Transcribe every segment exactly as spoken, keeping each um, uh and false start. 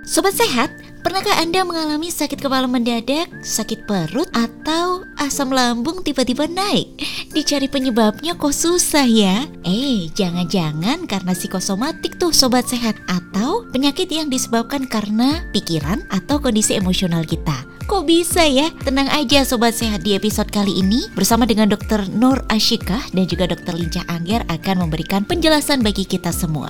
Sobat Sehat, pernahkah Anda mengalami sakit kepala mendadak, sakit perut, atau asam lambung tiba-tiba naik? Dicari penyebabnya kok susah ya? Eh, jangan-jangan karena psikosomatik tuh Sobat Sehat, atau penyakit yang disebabkan karena pikiran atau kondisi emosional kita. Kok bisa ya? Tenang aja Sobat Sehat, di episode kali ini bersama dengan dokter Nur Asyikah dan juga dokter Lincah Angger akan memberikan penjelasan bagi kita semua.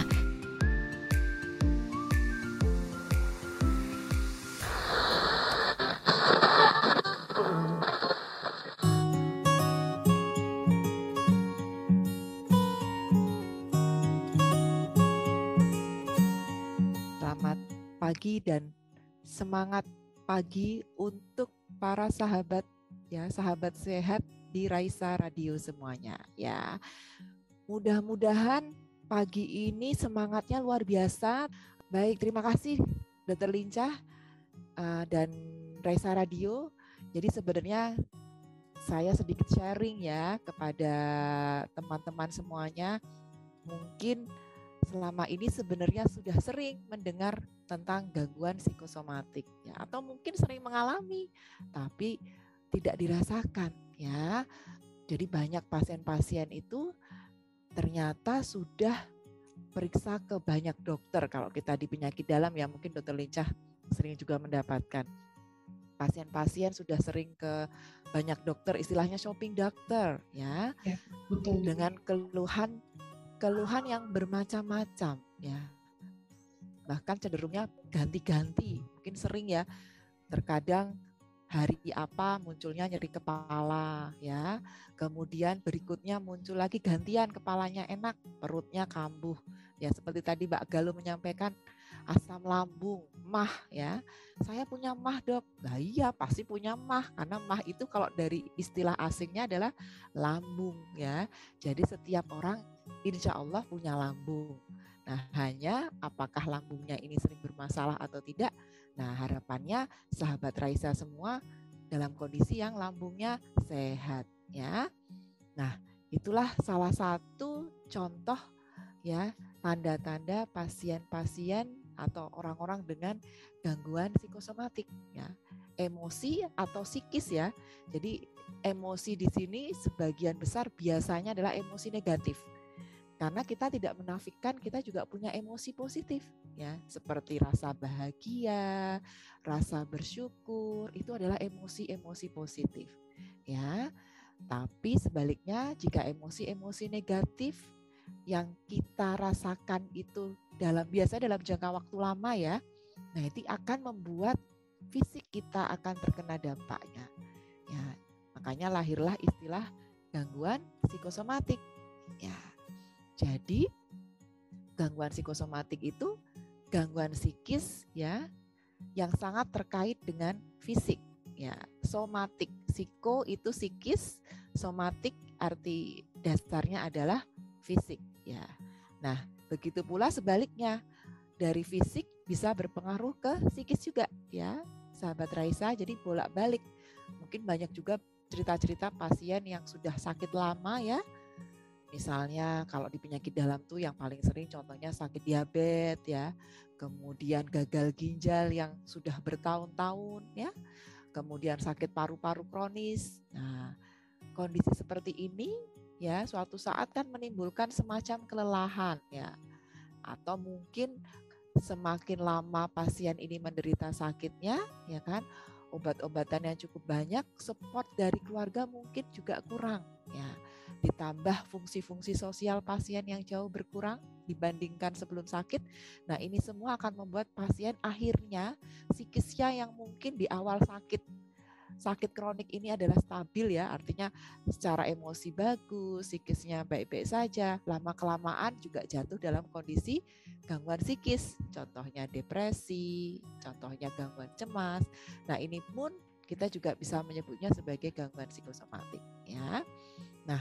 Selamat pagi dan semangat pagi untuk para sahabat ya, sahabat sehat di Raisa Radio semuanya ya. Mudah-mudahan pagi ini semangatnya luar biasa. Baik, terima kasih dokter Lincah uh, dan Raisa Radio. Jadi sebenarnya saya sedikit sharing ya kepada teman-teman semuanya. Mungkin selama ini sebenarnya sudah sering mendengar tentang gangguan psikosomatik ya, atau mungkin sering mengalami tapi tidak dirasakan ya. Jadi banyak pasien-pasien itu ternyata sudah periksa ke banyak dokter. Kalau kita di penyakit dalam ya, mungkin dokter Lincah sering juga mendapatkan pasien-pasien sudah sering ke banyak dokter, istilahnya shopping dokter ya, ya betul. Dengan keluhan keluhan yang bermacam-macam ya, bahkan cenderungnya ganti-ganti. Mungkin sering ya, terkadang hari apa munculnya nyeri kepala ya, kemudian berikutnya muncul lagi gantian kepalanya enak, perutnya kambuh ya, seperti tadi Mbak Galuh menyampaikan asam lambung, mah ya, saya punya mah dok. Nah iya pasti punya mah, karena mah itu kalau dari istilah asingnya adalah lambung ya. Jadi setiap orang insya Allah punya lambung. Nah hanya apakah lambungnya ini sering bermasalah atau tidak. Nah harapannya sahabat Raisa semua dalam kondisi yang lambungnya sehat ya. Nah itulah salah satu contoh ya, tanda-tanda pasien-pasien atau orang-orang dengan gangguan psikosomatik ya, emosi atau psikis ya. Jadi emosi di sini sebagian besar biasanya adalah emosi negatif. Karena kita tidak menafikan kita juga punya emosi positif ya, seperti rasa bahagia, rasa bersyukur, itu adalah emosi-emosi positif ya. Tapi sebaliknya jika emosi-emosi negatif yang kita rasakan itu dalam biasa dalam jangka waktu lama ya, nah itu akan membuat fisik kita akan terkena dampaknya ya. Makanya lahirlah istilah gangguan psikosomatik ya. Jadi gangguan psikosomatik itu gangguan psikis ya, yang sangat terkait dengan fisik ya. Somatik, psiko itu psikis, somatik arti dasarnya adalah fisik ya. Nah begitu pula sebaliknya, dari fisik bisa berpengaruh ke psikis juga ya sahabat Raisa. Jadi bolak-balik. Mungkin banyak juga cerita-cerita pasien yang sudah sakit lama ya. Misalnya kalau di penyakit dalam tuh yang paling sering contohnya sakit diabetes ya, kemudian gagal ginjal yang sudah bertahun-tahun ya, kemudian sakit paru-paru kronis. Nah kondisi seperti ini ya suatu saat kan menimbulkan semacam kelelahan ya, atau mungkin semakin lama pasien ini menderita sakitnya ya kan, obat-obatan yang cukup banyak, support dari keluarga mungkin juga kurang ya, ditambah fungsi-fungsi sosial pasien yang jauh berkurang dibandingkan sebelum sakit. Nah ini semua akan membuat pasien akhirnya psikisnya yang mungkin di awal sakit sakit kronik ini adalah stabil ya, artinya secara emosi bagus, psikisnya baik-baik saja, lama-kelamaan juga jatuh dalam kondisi gangguan psikis, contohnya depresi, contohnya gangguan cemas. Nah ini pun kita juga bisa menyebutnya sebagai gangguan psikosomatik ya. Nah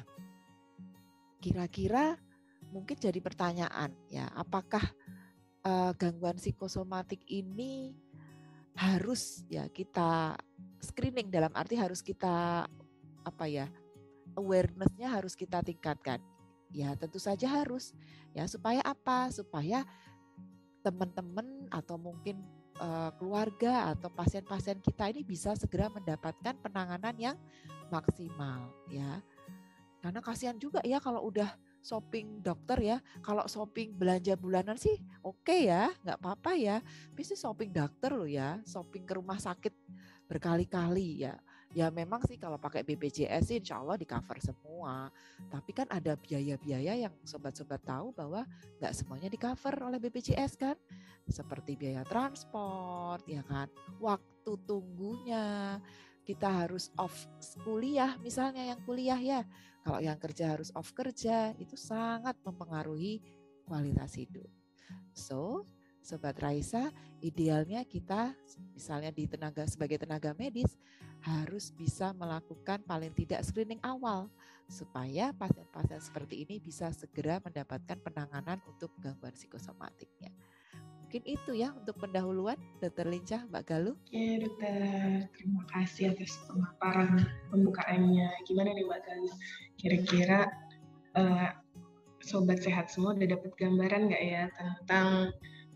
kira-kira mungkin jadi pertanyaan ya, apakah uh, gangguan psikosomatik ini harus ya kita screening, dalam arti harus kita apa ya, awareness-nya harus kita tingkatkan. Ya tentu saja harus ya, supaya apa? Supaya teman-teman atau mungkin uh, keluarga atau pasien-pasien kita ini bisa segera mendapatkan penanganan yang maksimal ya. Karena kasihan juga ya kalau udah shopping dokter ya. Kalau shopping belanja bulanan sih oke okay ya, nggak apa-apa ya. Tapi sih shopping dokter loh ya, shopping ke rumah sakit berkali-kali ya. Ya memang sih kalau pakai B P J S sih insya Allah di cover semua. Tapi kan ada biaya-biaya yang sobat-sobat tahu bahwa nggak semuanya di cover oleh B P J S kan. Seperti biaya transport ya kan, waktu tunggunya. Kita harus off kuliah misalnya yang kuliah ya. Kalau yang kerja harus off kerja, itu sangat mempengaruhi kualitas hidup. So, Sobat Raisa, idealnya kita misalnya di tenaga sebagai tenaga medis harus bisa melakukan paling tidak screening awal supaya pasien-pasien seperti ini bisa segera mendapatkan penanganan untuk gangguan psikosomatiknya. Mungkin itu ya untuk pendahuluan, Dokter Lincah, Mbak Galuh. Oke, Dokter. Terima kasih atas pemaparan pembukaannya. Gimana nih Mbak Galuh? Kira-kira uh, Sobat Sehat semua udah dapat gambaran nggak ya tentang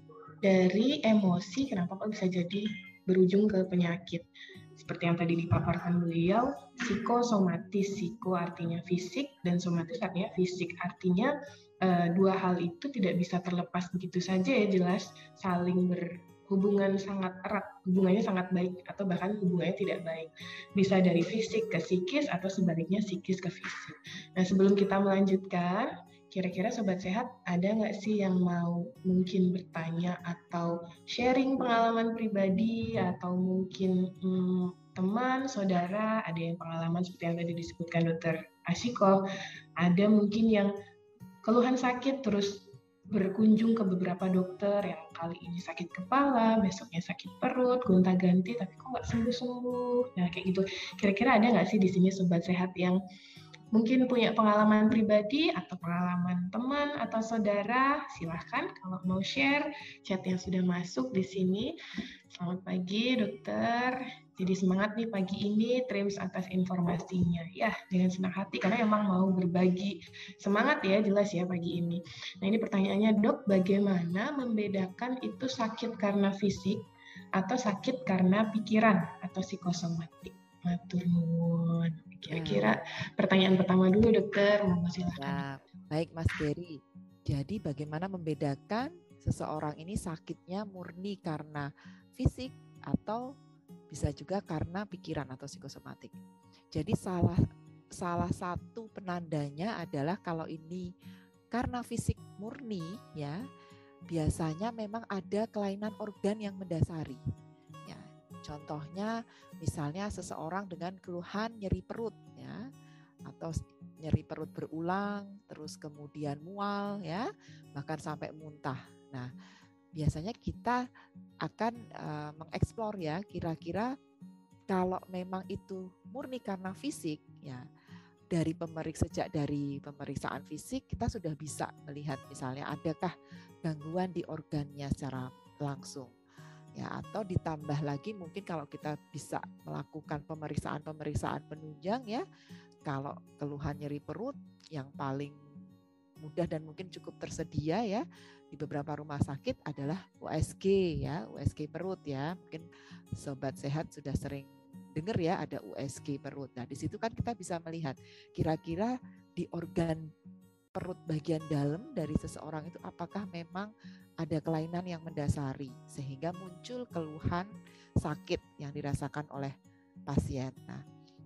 dari emosi kenapa kok bisa jadi berujung ke penyakit? Seperti yang tadi dipaparkan beliau, psikosomatis, psiko artinya fisik dan somatis artinya fisik. Artinya uh, dua hal itu tidak bisa terlepas begitu saja ya, jelas saling berhubungan sangat erat, hubungannya sangat baik atau bahkan hubungannya tidak baik. Bisa dari fisik ke psikis atau sebaliknya psikis ke fisik. Nah sebelum kita melanjutkan, kira-kira Sobat Sehat ada nggak sih yang mau mungkin bertanya atau sharing pengalaman pribadi atau mungkin hmm, teman, saudara, ada yang pengalaman seperti yang tadi disebutkan Dokter Ashiko, ada mungkin yang keluhan sakit terus berkunjung ke beberapa dokter yang kali ini sakit kepala, besoknya sakit perut, gonta-ganti tapi kok nggak sembuh-sembuh. Nah kayak gitu. Kira-kira ada nggak sih di sini Sobat Sehat yang mungkin punya pengalaman pribadi atau pengalaman teman atau saudara? Silahkan kalau mau share, chat yang sudah masuk di sini. Selamat pagi dokter. Jadi semangat nih pagi ini, Trims atas informasinya. Ya, dengan senang hati karena emang mau berbagi semangat ya, jelas ya pagi ini. Nah ini pertanyaannya dok, bagaimana membedakan itu sakit karena fisik atau sakit karena pikiran atau psikosomatik? Matur nuwun. Kira-kira pertanyaan pertama dulu dokter, mau silakan. Ya, baik Mas Gary. Jadi bagaimana membedakan seseorang ini sakitnya murni karena fisik atau bisa juga karena pikiran atau psikosomatik. Jadi salah salah satu penandanya adalah kalau ini karena fisik murni ya, biasanya memang ada kelainan organ yang mendasari. Ya, contohnya misalnya seseorang dengan keluhan nyeri perut ya, atau nyeri perut berulang, terus kemudian mual ya, bahkan sampai muntah. Nah, biasanya kita akan uh, mengeksplor ya, kira-kira kalau memang itu murni karena fisik ya, dari pemeriksa sejak dari pemeriksaan fisik kita sudah bisa melihat misalnya adakah gangguan di organnya secara langsung. Ya, atau ditambah lagi mungkin kalau kita bisa melakukan pemeriksaan-pemeriksaan penunjang ya, kalau keluhan nyeri perut yang paling mudah dan mungkin cukup tersedia ya di beberapa rumah sakit adalah U S G ya, U S G perut ya. Mungkin Sobat Sehat sudah sering dengar ya ada U S G perut. Nah, di situ kan kita bisa melihat kira-kira di organ perut bagian dalam dari seseorang itu apakah memang ada kelainan yang mendasari sehingga muncul keluhan sakit yang dirasakan oleh pasien. Nah,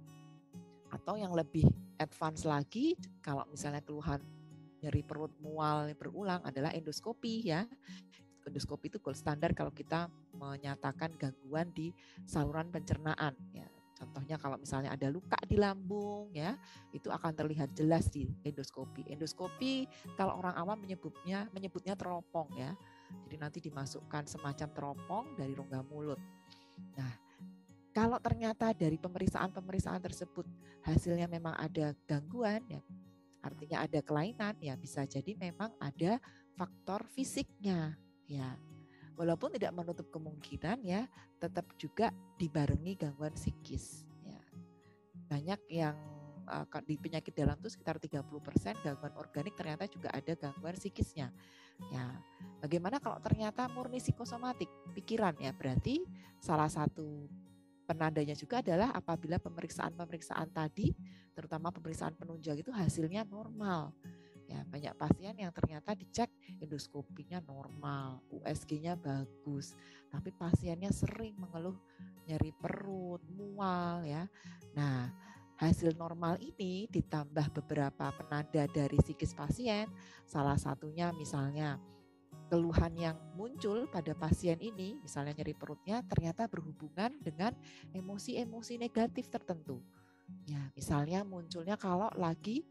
atau yang lebih advance lagi kalau misalnya keluhan nyeri perut mual berulang adalah endoskopi ya. Endoskopi itu gold standar kalau kita menyatakan gangguan di saluran pencernaan ya. Contohnya kalau misalnya ada luka di lambung ya, itu akan terlihat jelas di endoskopi. Endoskopi kalau orang awam menyebutnya menyebutnya teropong ya. Jadi nanti dimasukkan semacam teropong dari rongga mulut. Nah, kalau ternyata dari pemeriksaan-pemeriksaan tersebut hasilnya memang ada gangguan ya, artinya ada kelainan ya, bisa jadi memang ada faktor fisiknya ya. Walaupun tidak menutup kemungkinan ya, tetap juga dibarengi gangguan psikis ya. Banyak yang uh, di penyakit dalam itu sekitar tiga puluh persen gangguan organik ternyata juga ada gangguan psikisnya. Ya, bagaimana kalau ternyata murni psikosomatik, pikiran ya, berarti salah satu penandanya juga adalah apabila pemeriksaan-pemeriksaan tadi, terutama pemeriksaan penunjang itu hasilnya normal. Ya, banyak pasien yang ternyata dicek endoskopinya normal, U S G-nya bagus, tapi pasiennya sering mengeluh nyeri perut, mual ya. Nah, hasil normal ini ditambah beberapa penanda dari psikis pasien, salah satunya misalnya keluhan yang muncul pada pasien ini, misalnya nyeri perutnya ternyata berhubungan dengan emosi-emosi negatif tertentu. Ya, misalnya munculnya kalau lagi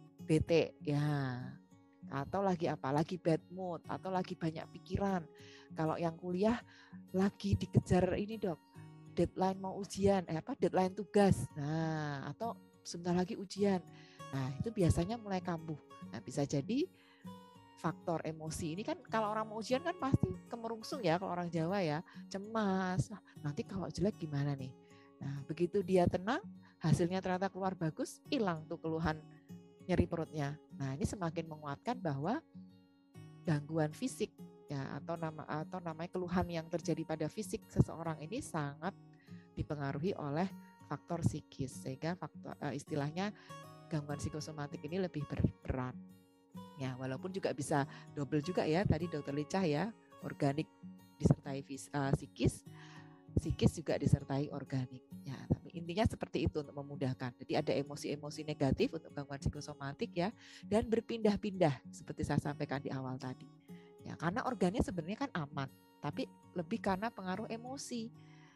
bete ya, atau lagi apa, lagi bad mood, atau lagi banyak pikiran. Kalau yang kuliah lagi dikejar ini dok, deadline mau ujian, eh apa deadline tugas, nah atau sebentar lagi ujian. Nah itu biasanya mulai kambuh. Nah bisa jadi faktor emosi ini kan, kalau orang mau ujian kan pasti kemerungsung ya, kalau orang Jawa ya, cemas. Nah, nanti kalau jelek gimana nih? Nah begitu dia tenang, hasilnya ternyata keluar bagus, hilang tuh keluhan nyeri perutnya. Nah, ini semakin menguatkan bahwa gangguan fisik ya, atau nama atau namanya keluhan yang terjadi pada fisik seseorang ini sangat dipengaruhi oleh faktor psikis, sehingga faktor uh, istilahnya gangguan psikosomatik ini lebih berperan. Ya, walaupun juga bisa double juga ya, tadi Dokter Licah ya, organik disertai fis, uh, psikis, psikis juga disertai organik. Ya, tapi intinya seperti itu untuk memudahkan. Jadi ada emosi-emosi negatif untuk gangguan psikosomatik ya, dan berpindah-pindah seperti saya sampaikan di awal tadi. Ya, karena organnya sebenarnya kan aman, tapi lebih karena pengaruh emosi.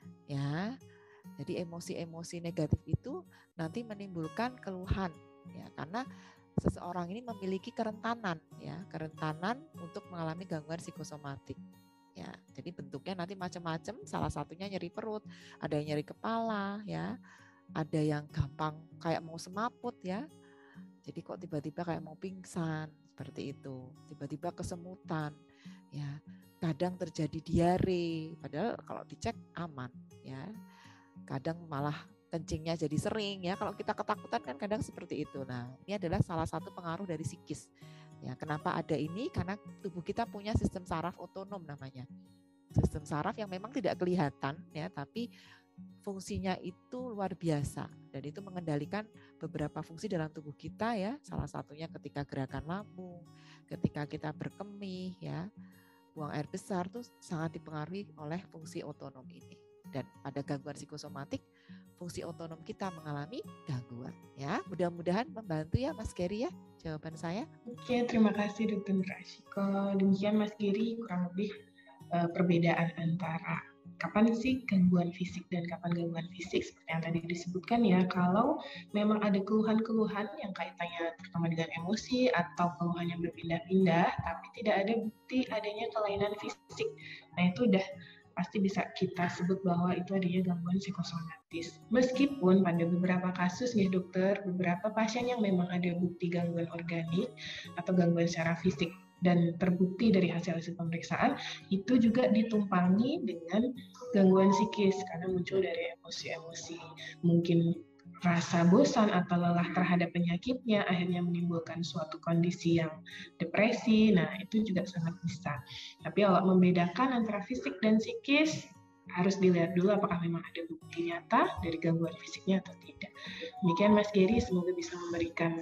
Ya. Jadi emosi-emosi negatif itu nanti menimbulkan keluhan ya, karena seseorang ini memiliki kerentanan ya, kerentanan untuk mengalami gangguan psikosomatik. Ya, jadi bentuknya nanti macam-macam, salah satunya nyeri perut, ada yang nyeri kepala ya, ada yang gampang kayak mau semaput ya. Jadi kok tiba-tiba kayak mau pingsan seperti itu, tiba-tiba kesemutan ya. Kadang terjadi diare, padahal kalau dicek aman ya. Kadang malah kencingnya jadi sering ya, kalau kita ketakutan kan kadang seperti itu. Nah, ini adalah salah satu pengaruh dari psikis. Ya, kenapa ada ini? Karena tubuh kita punya sistem saraf otonom namanya. Sistem saraf yang memang tidak kelihatan ya, tapi fungsinya itu luar biasa dan itu mengendalikan beberapa fungsi dalam tubuh kita ya. Salah satunya ketika gerakan lambung, ketika kita berkemih ya, buang air besar tuh sangat dipengaruhi oleh fungsi otonom ini. Dan pada gangguan psikosomatik, fungsi otonom kita mengalami gangguan ya. Mudah-mudahan membantu ya Mas Gary ya jawaban saya. Oke, terima kasih Dokter Rashiko. Demikian Mas Gary, kurang lebih uh, perbedaan antara kapan sih gangguan fisik dan kapan gangguan fisik seperti yang tadi disebutkan ya. Kalau memang ada keluhan-keluhan yang kaitannya terutama dengan emosi atau keluhan yang berpindah-pindah, tapi tidak ada bukti adanya kelainan fisik, nah itu udah pasti bisa kita sebut bahwa itu adanya gangguan psikosomatis. Meskipun pada beberapa kasus nih dokter, beberapa pasien yang memang ada bukti gangguan organik atau gangguan secara fisik dan terbukti dari hasil-hasil pemeriksaan, itu juga ditumpangi dengan gangguan psikis karena muncul dari emosi-emosi, mungkin rasa bosan atau lelah terhadap penyakitnya, akhirnya menimbulkan suatu kondisi yang depresi. Nah, itu juga sangat bisa. Tapi kalau membedakan antara fisik dan psikis, harus dilihat dulu apakah memang ada bukti nyata dari gangguan fisiknya atau tidak. Demikian Mas Gary, semoga bisa memberikan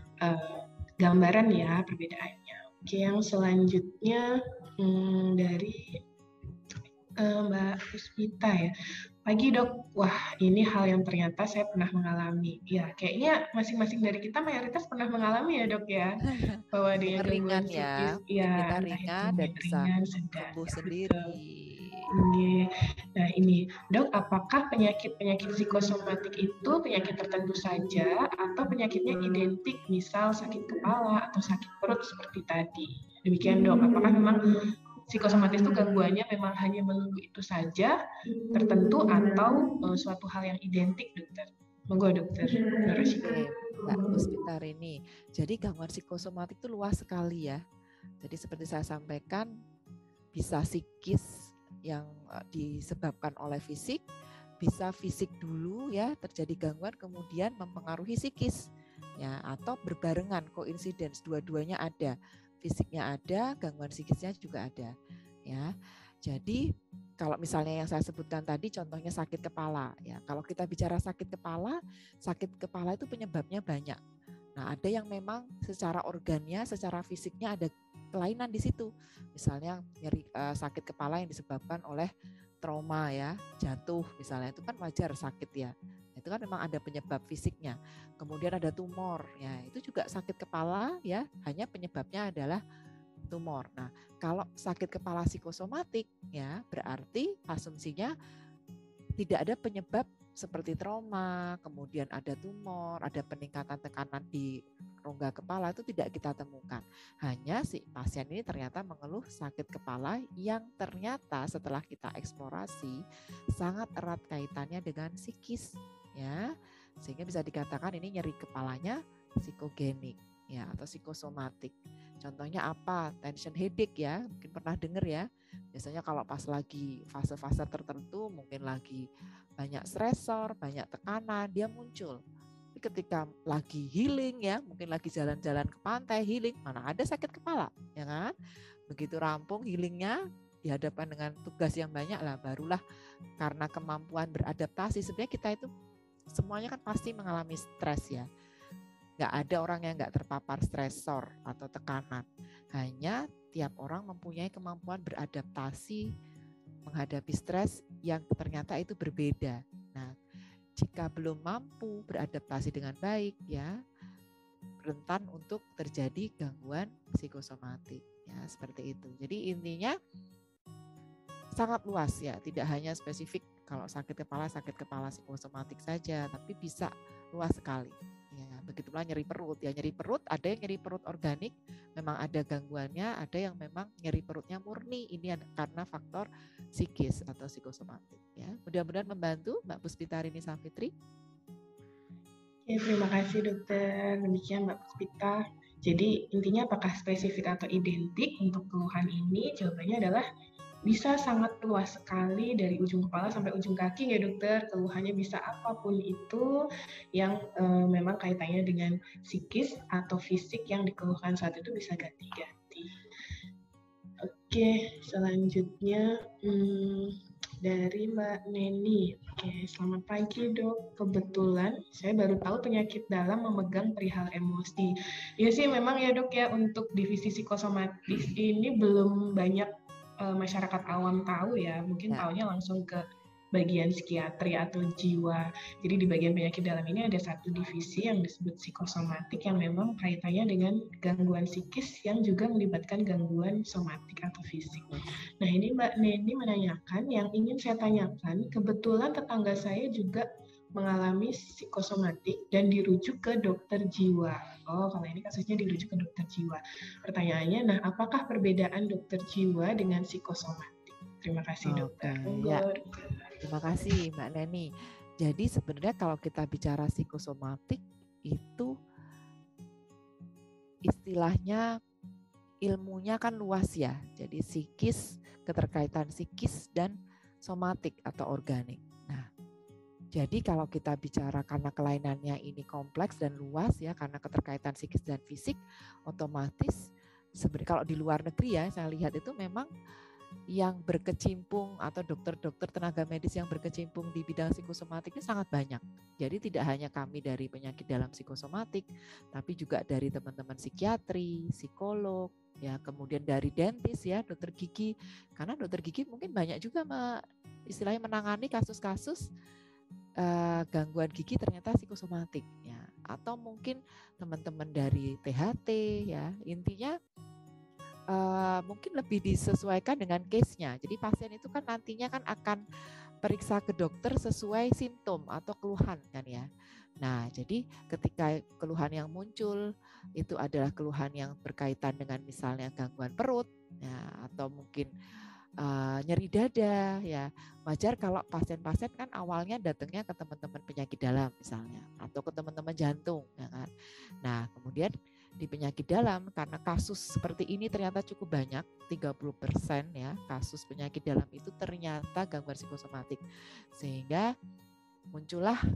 uh, gambaran ya perbedaannya. Oke, yang selanjutnya hmm, dari uh, Mbak Puspita ya. Pagi dok, wah ini hal yang ternyata saya pernah mengalami. Ya kayaknya masing-masing dari kita mayoritas pernah mengalami ya dok ya. Bahwa dia ringan ya, ya kita ringan dan bisa sembuh sendiri. Ini. Nah ini dok, apakah penyakit-penyakit psikosomatik itu penyakit tertentu saja atau penyakitnya identik, misal sakit kepala atau sakit perut seperti tadi? Demikian dok, apakah memang psikosomatis itu gangguannya memang hanya menunggu itu saja tertentu atau uh, suatu hal yang identik dokter? Monggo dokter. Oke, Mbak Puspita ini. Jadi gangguan psikosomatik itu luas sekali ya. Jadi seperti saya sampaikan, bisa psikis yang disebabkan oleh fisik, bisa fisik dulu ya terjadi gangguan kemudian mempengaruhi psikis. ya, atau berbarengan, coincidence, dua-duanya ada, fisiknya ada, gangguan psikisnya juga ada, ya. Jadi kalau misalnya yang saya sebutkan tadi contohnya sakit kepala, ya, kalau kita bicara sakit kepala, sakit kepala itu penyebabnya banyak. Nah, ada yang memang secara organnya, secara fisiknya ada kelainan di situ. Misalnya nyeri uh, sakit kepala yang disebabkan oleh trauma, ya, jatuh misalnya, itu kan wajar sakit, ya. Itu kan memang ada penyebab fisiknya. Kemudian ada tumor, ya, itu juga sakit kepala, ya, hanya penyebabnya adalah tumor. Nah, kalau sakit kepala psikosomatik, ya, berarti asumsinya tidak ada penyebab seperti trauma, kemudian ada tumor, ada peningkatan tekanan di rongga kepala, itu tidak kita temukan. Hanya si pasien ini ternyata mengeluh sakit kepala yang ternyata setelah kita eksplorasi sangat erat kaitannya dengan psikis, ya. Sehingga bisa dikatakan ini nyeri kepalanya psikogenik, ya, atau psikosomatik. Contohnya apa? Tension headache, ya, mungkin pernah dengar, ya. Biasanya kalau pas lagi fase-fase tertentu, mungkin lagi banyak stresor, banyak tekanan, dia muncul. Tapi ketika lagi healing, ya, mungkin lagi jalan-jalan ke pantai healing, mana ada sakit kepala, ya kan? Begitu rampung healingnya, dihadapkan dengan tugas yang banyak lah, barulah karena kemampuan beradaptasi. Sebenarnya kita itu semuanya kan pasti mengalami stres, ya. Nggak ada orang yang nggak terpapar stresor atau tekanan. Hanya tiap orang mempunyai kemampuan beradaptasi menghadapi stres yang ternyata itu berbeda. Nah, jika belum mampu beradaptasi dengan baik, ya, rentan untuk terjadi gangguan psikosomatik, ya, seperti itu. Jadi intinya sangat luas, ya, tidak hanya spesifik kalau sakit kepala sakit kepala psikosomatik saja, tapi bisa luas sekali. Ya, begitulah nyeri perut, ya, nyeri perut ada yang nyeri perut organik, memang ada gangguannya, ada yang memang nyeri perutnya murni, ini karena faktor psikis atau psikosomatik, ya. Mudah-mudahan membantu Mbak Puspita Rini Savitri. Ya, terima kasih dokter. Demikian Mbak Puspita. Jadi intinya apakah spesifik atau identik untuk keluhan ini? Jawabannya adalah bisa sangat luas sekali dari ujung kepala sampai ujung kaki, ya dokter. Keluhannya bisa apapun itu yang e, memang kaitannya dengan psikis atau fisik yang dikeluhkan saat itu bisa ganti-ganti. Oke, selanjutnya hmm, dari Mbak Neni. Oke, selamat pagi dok. Kebetulan saya baru tahu penyakit dalam memegang perihal emosi. Ya sih memang ya dok ya, untuk divisi psikosomatis ini belum banyak masyarakat awam tahu, ya, mungkin ya. Taunya langsung ke bagian psikiatri atau jiwa. Jadi di bagian penyakit dalam ini ada satu divisi yang disebut psikosomatik yang memang kaitannya dengan gangguan psikis yang juga melibatkan gangguan somatik atau fisik. Nah, ini Mbak Neni menanyakan, yang ingin saya tanyakan, kebetulan tetangga saya juga mengalami psikosomatik dan dirujuk ke dokter jiwa. Oh, kalau ini kasusnya dirujuk ke dokter jiwa. Pertanyaannya, nah, apakah perbedaan dokter jiwa dengan psikosomatik? Terima kasih, dokter. Okay, ya. Terima kasih, Mbak Neni. Jadi sebenarnya kalau kita bicara psikosomatik itu istilahnya ilmunya kan luas, ya. Jadi psikis, keterkaitan psikis dan somatik atau organik. Nah, jadi kalau kita bicara karena kelainannya ini kompleks dan luas, ya, karena keterkaitan psikis dan fisik, otomatis sebenarnya kalau di luar negeri, ya, saya lihat itu memang yang berkecimpung atau dokter-dokter tenaga medis yang berkecimpung di bidang psikosomatik ini sangat banyak. Jadi tidak hanya kami dari penyakit dalam psikosomatik, tapi juga dari teman-teman psikiatri, psikolog, ya, kemudian dari dentis, ya, dokter gigi. Karena dokter gigi mungkin banyak juga istilahnya menangani kasus-kasus Uh, gangguan gigi ternyata psikosomatik, ya, atau mungkin teman-teman dari T H T, ya, intinya uh, mungkin lebih disesuaikan dengan case-nya. Jadi pasien itu kan nantinya kan akan periksa ke dokter sesuai simptom atau keluhan, kan, ya. Nah, jadi ketika keluhan yang muncul itu adalah keluhan yang berkaitan dengan misalnya gangguan perut, ya, atau mungkin Uh, nyeri dada, ya, wajar kalau pasien-pasien kan awalnya datangnya ke teman-teman penyakit dalam misalnya, atau ke teman-teman jantung, ya kan. Nah, kemudian di penyakit dalam karena kasus seperti ini ternyata cukup banyak, tiga puluh persen, ya, kasus penyakit dalam itu ternyata gangguan psikosomatik, sehingga muncullah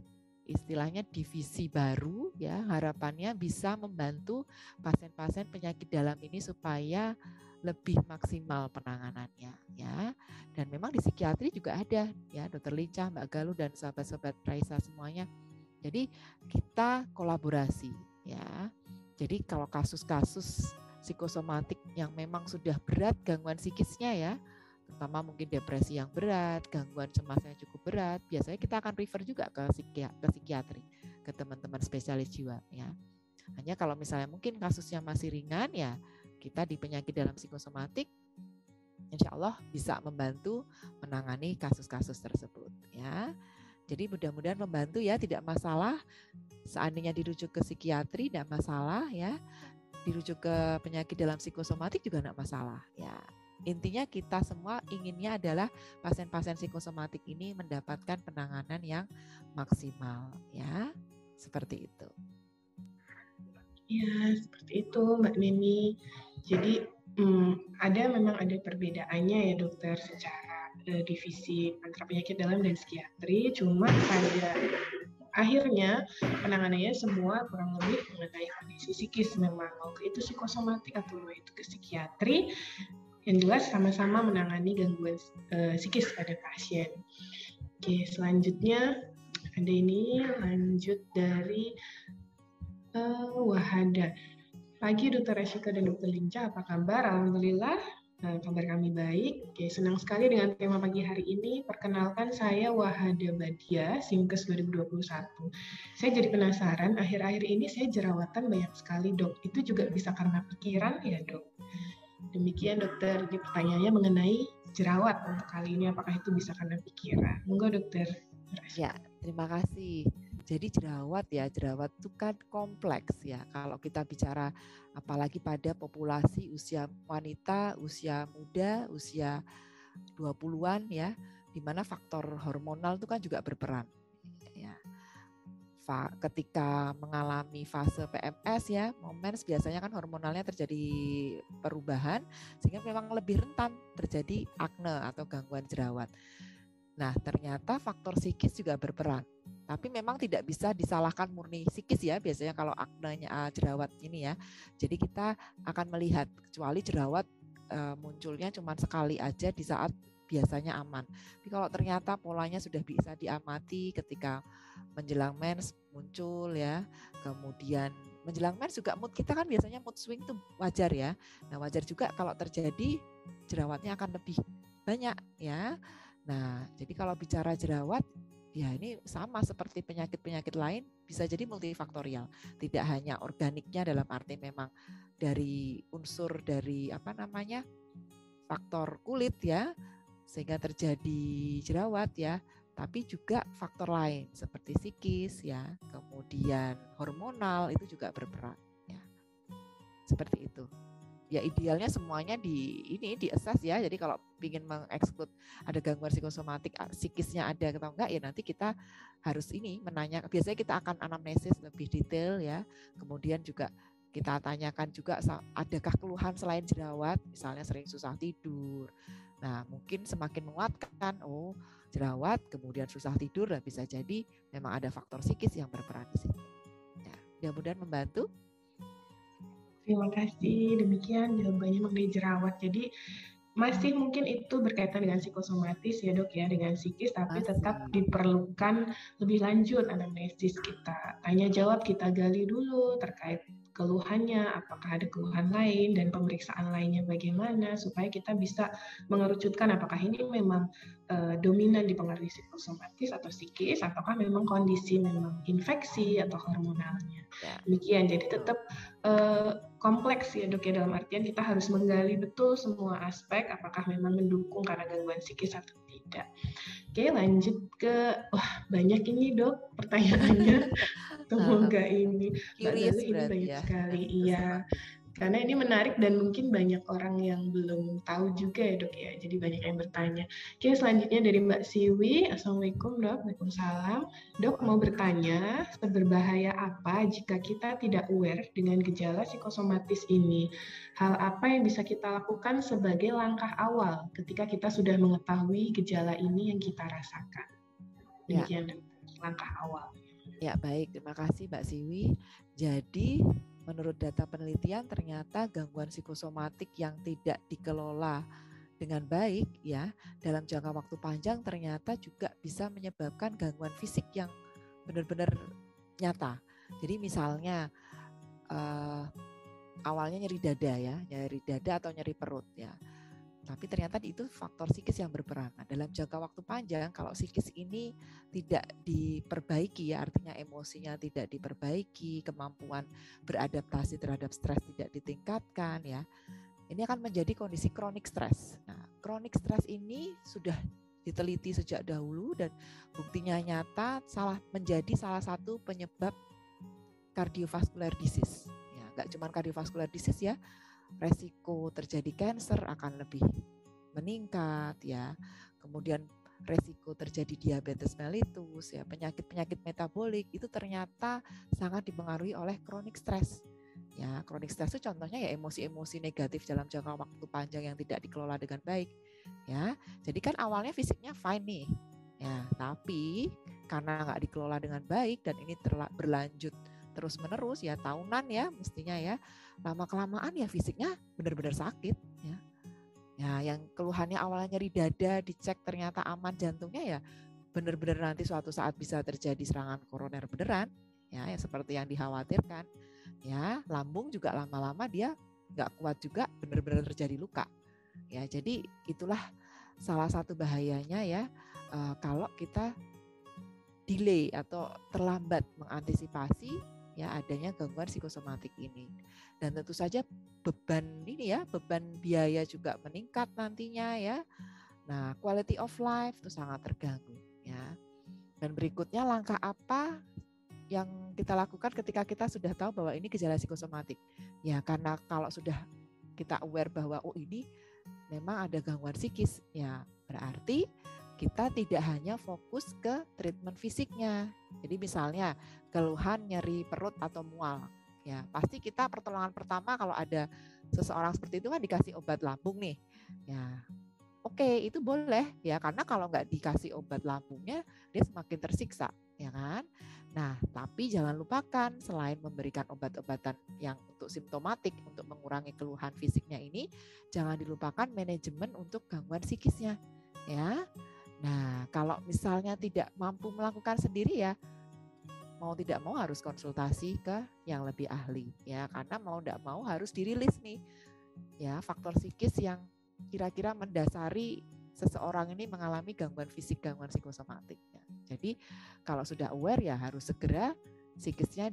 istilahnya divisi baru ya, harapannya bisa membantu pasien-pasien penyakit dalam ini supaya lebih maksimal penanganannya ya. Dan memang di psikiatri juga ada ya, Dokter Lincah, Mbak Galuh dan sahabat-sahabat Raisa semuanya. Jadi kita kolaborasi ya. Jadi kalau kasus-kasus psikosomatik yang memang sudah berat gangguan psikisnya ya, terutama mungkin depresi yang berat, gangguan cemas yang cukup berat, biasanya kita akan refer juga ke psikiatri, ke psikiatri, ke teman-teman spesialis jiwa ya. Hanya kalau misalnya mungkin kasusnya masih ringan ya, kita di penyakit dalam psikosomatik insya Allah bisa membantu menangani kasus-kasus tersebut ya. Jadi mudah-mudahan membantu ya, tidak masalah. Seandainya dirujuk ke psikiatri tidak masalah ya. Dirujuk ke penyakit dalam psikosomatik juga tidak masalah ya. Intinya kita semua inginnya adalah pasien-pasien psikosomatik ini mendapatkan penanganan yang maksimal ya. Seperti itu. Ya, seperti itu Mbak Neni. Jadi hmm, ada memang ada perbedaannya ya dokter secara eh, divisi antara penyakit dalam dan psikiatri. Cuma pada akhirnya penanganannya semua kurang lebih mengenai kondisi psikis, memang mau itu psikosomatik atau mau itu ke psikiatri. Yang jelas sama-sama menangani gangguan eh, psikis pada pasien. Oke, selanjutnya ada ini lanjut dari Uh, Wahada. Pagi Dokter Reshika dan Dokter Lincah, apa kabar? Alhamdulillah, uh, kabar kami baik. Oke, senang sekali dengan tema pagi hari ini. Perkenalkan saya Wahada Badia, Simkes dua ribu dua puluh satu. Saya jadi penasaran, akhir-akhir ini saya jerawatan banyak sekali dok. Itu juga bisa karena pikiran ya dok? Demikian dokter, jadi pertanyaannya mengenai jerawat untuk kali ini, apakah itu bisa karena pikiran? Monggo dokter. Ya, terima kasih. Jadi jerawat ya, jerawat itu kan kompleks ya. Kalau kita bicara apalagi pada populasi usia wanita, usia muda, usia dua puluhan ya, di mana faktor hormonal itu kan juga berperan. Ya. Ketika mengalami fase P M S ya, mens biasanya kan hormonalnya terjadi perubahan sehingga memang lebih rentan terjadi akne atau gangguan jerawat. Nah, ternyata faktor psikis juga berperan. Tapi memang tidak bisa disalahkan murni psikis ya, biasanya kalau aknenya uh, jerawat ini ya. Jadi kita akan melihat, kecuali jerawat uh, munculnya cuma sekali aja di saat biasanya aman. Tapi kalau ternyata polanya sudah bisa diamati ketika menjelang mens muncul ya, kemudian menjelang mens juga mood kita kan biasanya mood swing itu wajar ya. Nah wajar juga kalau terjadi jerawatnya akan lebih banyak ya. Nah jadi kalau bicara jerawat, ya ini sama seperti penyakit-penyakit lain, bisa jadi multifaktorial. Tidak hanya organiknya dalam arti memang dari unsur dari apa namanya faktor kulit ya, sehingga terjadi jerawat ya, tapi juga faktor lain seperti psikis ya, kemudian hormonal itu juga berperan ya. Seperti itu. Ya idealnya semuanya di ini di-assess ya. Jadi kalau ingin mengeksklud ada gangguan psikosomatik psikisnya ada atau enggak ya nanti kita harus ini menanya. Biasanya kita akan anamnesis lebih detail ya. Kemudian juga kita tanyakan juga adakah keluhan selain jerawat, misalnya sering susah tidur. Nah, mungkin semakin menguatkan oh jerawat kemudian susah tidur dan bisa jadi memang ada faktor psikis yang berperan di situ. Ya, mudah-mudahan membantu. Terima kasih, demikian jawabannya mengenai jerawat. Jadi masih mungkin itu berkaitan dengan psikosomatis ya dok ya, dengan psikis, tapi masih tetap diperlukan lebih lanjut anamnesis kita. Tanya jawab kita gali dulu terkait keluhannya, apakah ada keluhan lain dan pemeriksaan lainnya bagaimana, supaya kita bisa mengerucutkan apakah ini memang uh, dominan dipengaruhi psikosomatis atau psikis, ataukah memang kondisi memang infeksi atau hormonalnya. Demikian, jadi tetap uh, kompleks ya dok ya, dalam artian kita harus menggali betul semua aspek apakah memang mendukung karena gangguan psikis atau tidak. Oke, lanjut ke wah banyak ini dok pertanyaannya. Semoga ini Mbak Galuh ini banyak ya. sekali iya. Karena ini menarik dan mungkin banyak orang yang belum tahu juga ya dok ya. Jadi banyak yang bertanya. Oke, selanjutnya dari Mbak Siwi. Assalamualaikum dok. Waalaikumsalam. Dok mau bertanya, seberbahaya apa jika kita tidak aware dengan gejala psikosomatis ini? Hal apa yang bisa kita lakukan sebagai langkah awal ketika kita sudah mengetahui gejala ini yang kita rasakan? Demikian ya. Langkah awal. Ya baik, terima kasih Mbak Siwi. Jadi menurut data penelitian ternyata gangguan psikosomatik yang tidak dikelola dengan baik ya dalam jangka waktu panjang ternyata juga bisa menyebabkan gangguan fisik yang benar-benar nyata. Jadi misalnya uh, awalnya nyeri dada ya, nyeri dada atau nyeri perut ya. Tapi ternyata itu faktor psikis yang berperan. Nah, dalam jangka waktu panjang, kalau psikis ini tidak diperbaiki, ya artinya emosinya tidak diperbaiki, kemampuan beradaptasi terhadap stres tidak ditingkatkan, ya, ini akan menjadi kondisi kronik stres. Nah, kronik stres ini sudah diteliti sejak dahulu dan buktinya nyata salah menjadi salah satu penyebab cardiovascular disease. Ya, nggak cuma cardiovascular disease ya. Resiko terjadi kanker akan lebih meningkat ya. Kemudian resiko terjadi diabetes mellitus ya, penyakit-penyakit metabolik itu ternyata sangat dipengaruhi oleh kronik stres. Ya, kronik stres itu contohnya ya emosi-emosi negatif dalam jangka waktu panjang yang tidak dikelola dengan baik. Ya, jadi kan awalnya fisiknya fine nih. Ya, tapi karena nggak dikelola dengan baik dan ini terla- berlanjut terus menerus ya tahunan ya mestinya ya lama kelamaan ya fisiknya benar-benar sakit ya. Ya yang keluhannya awalnya nyeri dada dicek ternyata aman jantungnya ya benar-benar nanti suatu saat bisa terjadi serangan koroner beneran ya, ya seperti yang dikhawatirkan ya. Lambung juga lama-lama dia nggak kuat juga benar-benar terjadi luka ya. Jadi itulah salah satu bahayanya ya uh, kalau kita delay atau terlambat mengantisipasi ya adanya gangguan psikosomatik ini. Dan tentu saja beban ini ya, beban biaya juga meningkat nantinya ya. Nah, quality of life itu sangat terganggu ya. Dan berikutnya langkah apa yang kita lakukan ketika kita sudah tahu bahwa ini gejala psikosomatik? Ya, karena kalau sudah kita aware bahwa oh ini memang ada gangguan psikis, ya berarti kita tidak hanya fokus ke treatment fisiknya. Jadi misalnya keluhan nyeri perut atau mual, ya pasti kita pertolongan pertama kalau ada seseorang seperti itu kan dikasih obat lambung nih, ya oke itu boleh ya karena kalau nggak dikasih obat lambungnya dia semakin tersiksa, ya kan. Nah tapi jangan lupakan selain memberikan obat-obatan yang untuk simptomatik untuk mengurangi keluhan fisiknya ini, jangan dilupakan manajemen untuk gangguan psikisnya, ya. Nah, kalau misalnya tidak mampu melakukan sendiri ya, mau tidak mau harus konsultasi ke yang lebih ahli ya, karena mau tidak mau harus dirilis nih ya faktor psikis yang kira-kira mendasari seseorang ini mengalami gangguan fisik, gangguan psikosomatik. Ya. Jadi kalau sudah aware ya harus segera psikisnya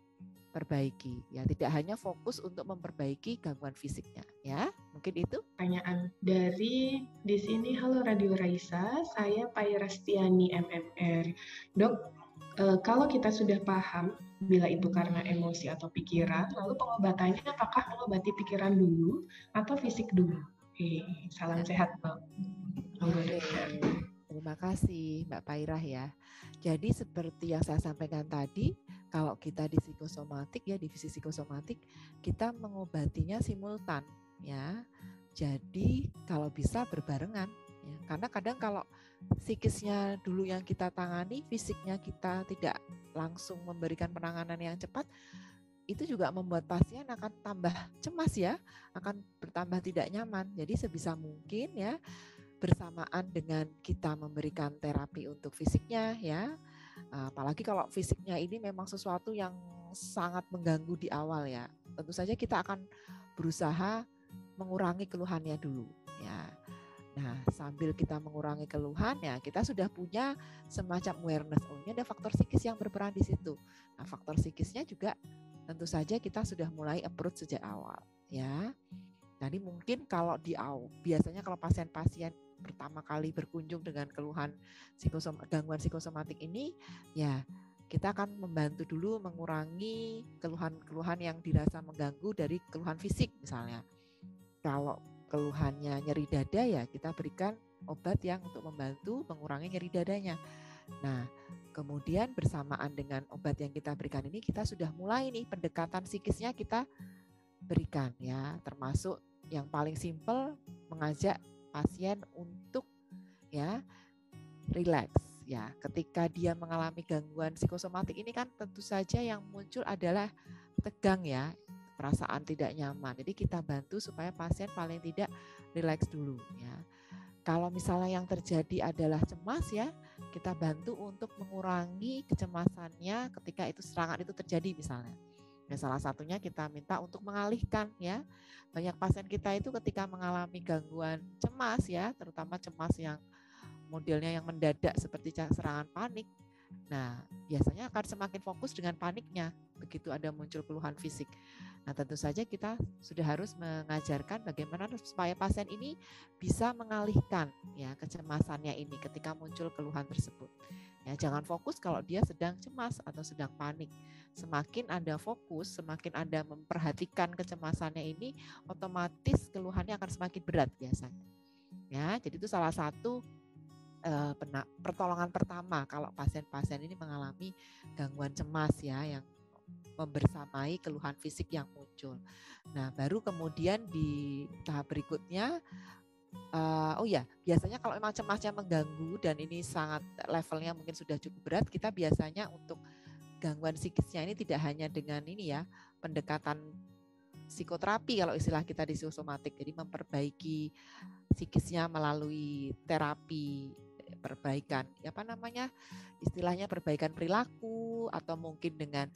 diperbaiki ya, tidak hanya fokus untuk memperbaiki gangguan fisiknya ya. Mungkin itu pertanyaan dari di sini. Halo Radio Raisa, saya Pairastiani M M R. Dok, e, kalau kita sudah paham bila itu karena emosi atau pikiran, lalu pengobatannya apakah mengobati pikiran dulu atau fisik dulu? Oke, salam sehat, Dok. Oke. Terima kasih Mbak Pairah ya. Jadi seperti yang saya sampaikan tadi, kalau kita di psikosomatik ya, divisi psikosomatik, kita mengobatinya simultan. Ya, jadi kalau bisa berbarengan ya. Karena kadang kalau psikisnya dulu yang kita tangani, fisiknya kita tidak langsung memberikan penanganan yang cepat, itu juga membuat pasien akan tambah cemas ya, akan bertambah tidak nyaman. Jadi sebisa mungkin ya bersamaan dengan kita memberikan terapi untuk fisiknya ya, apalagi kalau fisiknya ini memang sesuatu yang sangat mengganggu di awal ya, tentu saja kita akan berusaha mengurangi keluhannya dulu ya. Nah sambil kita mengurangi keluhan ya kita sudah punya semacam awareness, oh ini ada faktor psikis yang berperan di situ. Nah faktor psikisnya juga tentu saja kita sudah mulai approach sejak awal ya. Jadi mungkin kalau di awal biasanya kalau pasien-pasien pertama kali berkunjung dengan keluhan psikosom, gangguan psikosomatik ini ya kita akan membantu dulu mengurangi keluhan-keluhan yang dirasa mengganggu dari keluhan fisik. Misalnya kalau keluhannya nyeri dada ya kita berikan obat yang untuk membantu mengurangi nyeri dadanya. Nah kemudian bersamaan dengan obat yang kita berikan ini kita sudah mulai nih pendekatan psikisnya kita berikan ya, termasuk yang paling simpel mengajak pasien untuk ya relax ya. Ketika dia mengalami gangguan psikosomatik ini kan tentu saja yang muncul adalah tegang ya, perasaan tidak nyaman. Jadi kita bantu supaya pasien paling tidak rileks dulu ya. Kalau misalnya yang terjadi adalah cemas ya, kita bantu untuk mengurangi kecemasannya ketika itu serangan itu terjadi misalnya. Ya, salah satunya kita minta untuk mengalihkan ya. Banyak pasien kita itu ketika mengalami gangguan cemas ya, terutama cemas yang modelnya yang mendadak seperti serangan panik. Nah, biasanya akan semakin fokus dengan paniknya begitu ada muncul keluhan fisik. Nah, tentu saja kita sudah harus mengajarkan bagaimana supaya pasien ini bisa mengalihkan ya kecemasannya ini ketika muncul keluhan tersebut. Ya, jangan fokus kalau dia sedang cemas atau sedang panik. Semakin Anda fokus, semakin Anda memperhatikan kecemasannya ini, otomatis keluhannya akan semakin berat biasanya. Ya, jadi itu salah satu uh, pena- pertolongan pertama kalau pasien-pasien ini mengalami gangguan cemas ya yang membersamai keluhan fisik yang muncul. Nah, baru kemudian di tahap berikutnya Uh, oh ya, biasanya kalau memang cemasnya mengganggu dan ini sangat levelnya mungkin sudah cukup berat, kita biasanya untuk gangguan psikisnya ini tidak hanya dengan ini ya, pendekatan psikoterapi kalau istilah kita di psikosomatik, jadi memperbaiki psikisnya melalui terapi, perbaikan, apa namanya, istilahnya perbaikan perilaku atau mungkin dengan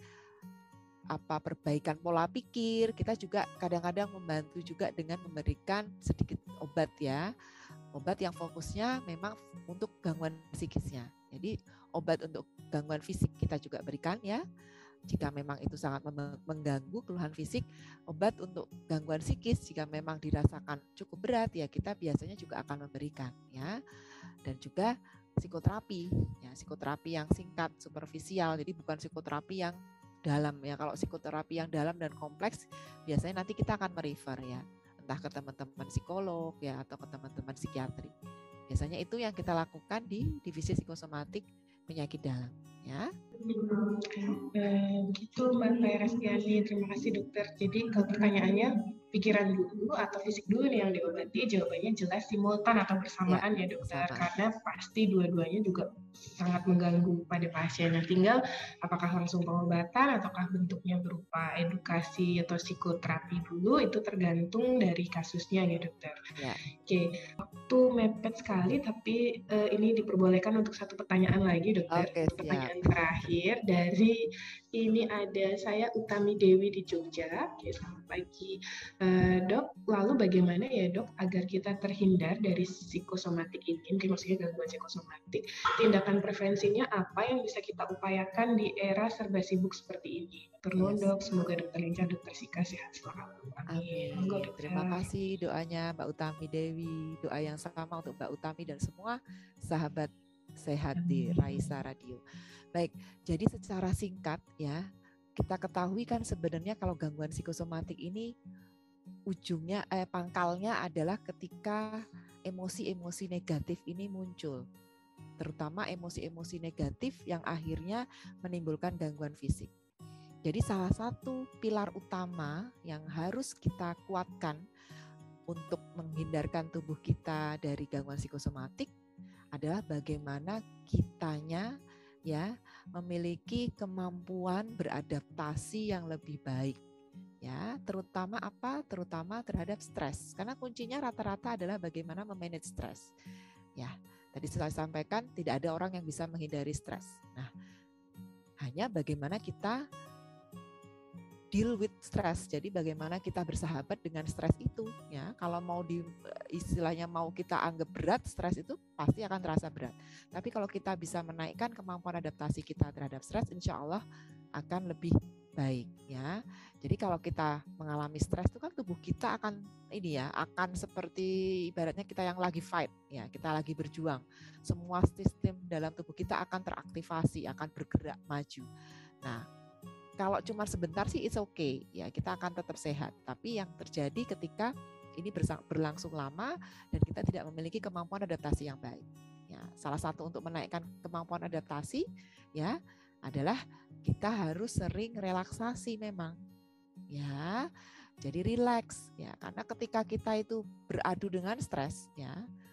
apa perbaikan pola pikir. Kita juga kadang-kadang membantu juga dengan memberikan sedikit obat ya, obat yang fokusnya memang untuk gangguan psikisnya. Jadi obat untuk gangguan fisik kita juga berikan ya, jika memang itu sangat mengganggu keluhan fisik. Obat untuk gangguan psikis jika memang dirasakan cukup berat ya kita biasanya juga akan memberikan ya. Dan juga psikoterapi ya, psikoterapi yang singkat superficial, jadi bukan psikoterapi yang dalam ya. Kalau psikoterapi yang dalam dan kompleks biasanya nanti kita akan merefer ya, entah ke teman-teman psikolog ya atau ke teman-teman psikiatri. Biasanya itu yang kita lakukan di divisi psikosomatik penyakit dalam ya. Hmm, gitu Mbak Restiani, terima kasih dokter. Jadi kalau pertanyaannya pikiran dulu atau fisik dulu nih yang diobati, jawabannya jelas simultan atau bersamaan ya, ya dokter, sama. Karena pasti dua-duanya juga sangat mengganggu pada pasien. Nah, tinggal apakah langsung pengobatan ataukah bentuknya berupa edukasi atau psikoterapi dulu, itu tergantung dari kasusnya ya dokter. Ya. Oke, waktu mepet sekali tapi uh, ini diperbolehkan untuk satu pertanyaan lagi dokter. Oke, pertanyaan terakhir dari ini ada saya Utami Dewi di Jogja. Oke, selamat pagi uh, dok. Lalu bagaimana ya dok agar kita terhindar dari psikosomatik ini? Mungkin maksudnya gangguan psikosomatik. Tindakan prevensinya apa yang bisa kita upayakan di era serba sibuk seperti ini? Terus yes. Dok, semoga dokter Linca, dokter Sika sehat selalu. Amin. Amin. Terima kasih doanya Mbak Utami Dewi. Doa yang sama untuk Mbak Utami dan semua sahabat sehat di Raisa Radio. Baik, jadi secara singkat ya, kita ketahui kan sebenarnya kalau gangguan psikosomatik ini ujungnya, eh, pangkalnya adalah ketika emosi-emosi negatif ini muncul. Terutama emosi-emosi negatif yang akhirnya menimbulkan gangguan fisik. Jadi salah satu pilar utama yang harus kita kuatkan untuk menghindarkan tubuh kita dari gangguan psikosomatik adalah bagaimana kitanya ya memiliki kemampuan beradaptasi yang lebih baik ya, terutama apa? Terutama terhadap stres. Karena kuncinya rata-rata adalah bagaimana memanage stres. Ya, tadi saya sampaikan tidak ada orang yang bisa menghindari stres. Nah, hanya bagaimana kita deal with stress. Jadi bagaimana kita bersahabat dengan stres itu ya. Kalau mau di istilahnya mau kita anggap berat, stres itu pasti akan terasa berat. Tapi kalau kita bisa menaikkan kemampuan adaptasi kita terhadap stres, insya Allah akan lebih baik ya. Jadi kalau kita mengalami stres itu kan tubuh kita akan ini ya, akan seperti ibaratnya kita yang lagi fight ya, kita lagi berjuang. Semua sistem dalam tubuh kita akan teraktivasi, akan bergerak maju. Nah, kalau cuma sebentar sih it's okay ya, kita akan tetap sehat. Tapi yang terjadi ketika ini berlangsung lama dan kita tidak memiliki kemampuan adaptasi yang baik. Ya, salah satu untuk menaikkan kemampuan adaptasi ya adalah kita harus sering relaksasi memang. Ya. Jadi relax ya, karena ketika kita itu beradu dengan stres ya,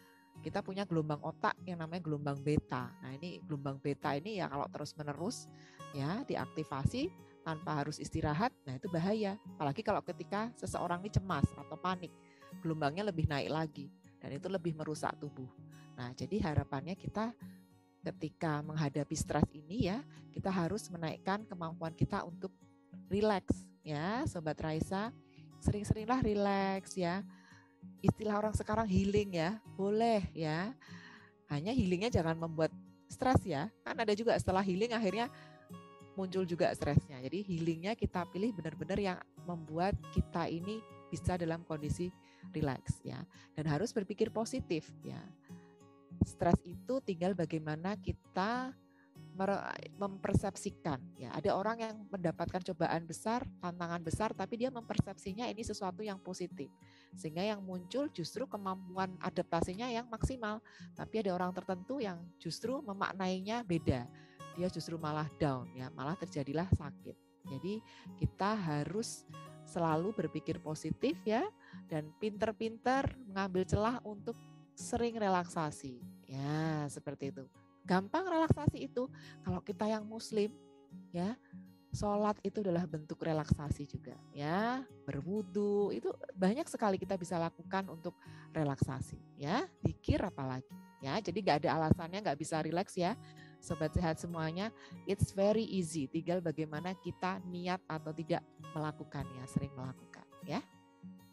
kita punya gelombang otak yang namanya gelombang beta. Nah ini gelombang beta ini ya kalau terus menerus ya diaktifasi tanpa harus istirahat, nah itu bahaya. Apalagi kalau ketika seseorang ini cemas atau panik, gelombangnya lebih naik lagi dan itu lebih merusak tubuh. Nah jadi harapannya kita ketika menghadapi stres ini ya, kita harus menaikkan kemampuan kita untuk rileks ya, Sobat Raisa. Sering-seringlah rileks ya. Istilah orang sekarang healing ya, boleh ya. Hanya healingnya jangan membuat stres ya. Kan ada juga setelah healing akhirnya muncul juga stresnya. Jadi healingnya kita pilih benar-benar yang membuat kita ini bisa dalam kondisi rileks ya. Dan harus berpikir positif ya. Stres itu tinggal bagaimana kita mempersepsikan ya. Ada orang yang mendapatkan cobaan besar, tantangan besar, tapi dia mempersepsinya ini sesuatu yang positif, sehingga yang muncul justru kemampuan adaptasinya yang maksimal. Tapi ada orang tertentu yang justru memaknainya beda, dia justru malah down ya, malah terjadilah sakit. Jadi kita harus selalu berpikir positif ya, dan pinter-pinter mengambil celah untuk sering relaksasi ya, seperti itu. Gampang relaksasi itu. Kalau kita yang muslim ya, sholat itu adalah bentuk relaksasi juga ya. Berwudu itu banyak sekali kita bisa lakukan untuk relaksasi ya. Zikir apalagi ya. Jadi nggak ada alasannya nggak bisa rileks ya, Sobat Sehat semuanya. It's very easy. Tinggal bagaimana kita niat atau tidak melakukannya, sering melakukan ya.